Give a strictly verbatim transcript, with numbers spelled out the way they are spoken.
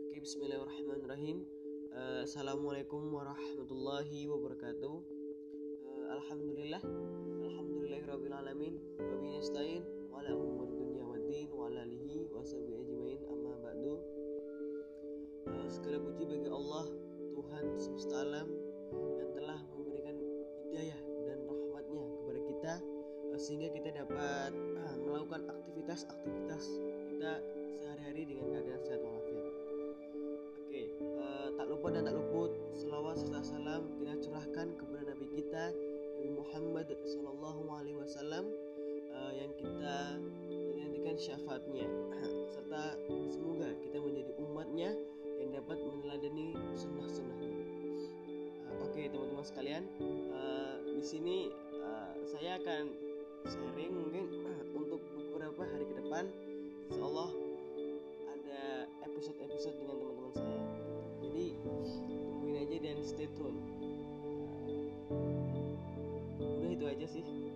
Oke, bismillahirrahmanirrahim. Eh, Assalamualaikum warahmatullahi wabarakatuh. Eh, Alhamdulillah, alhamdulillahirabbil alamin. Wa bihi nasta'in wa ala umuri dunya waddin wa ala alihi wa sahbihi ajmain, amma ba'du. Eh, segala puji bagi Allah, Tuhan semesta alam, yang telah memberikan hidayah dan rahmatnya kepada kita, eh, sehingga kita dapat eh, melakukan aktivitas-aktivitas kita sehari-hari dengan keadaan sehat walafiat. Oke, uh, tak lupa dan tak luput selawat serta salam kita curahkan kepada Nabi kita Nabi Muhammad Sallallahu Alaihi Wasallam, uh, yang kita menantikan syafaatnya serta semoga kita menjadi umatnya yang dapat meneladani sunnah-sunnahnya. Uh, Oke, teman-teman sekalian, uh, di sini uh, saya akan sharing mungkin untuk beberapa hari ke depan. Insya Allah ada episode-episode dengan teman-teman saya. Jadi tungguin aja dan stay tune. Udah itu aja sih.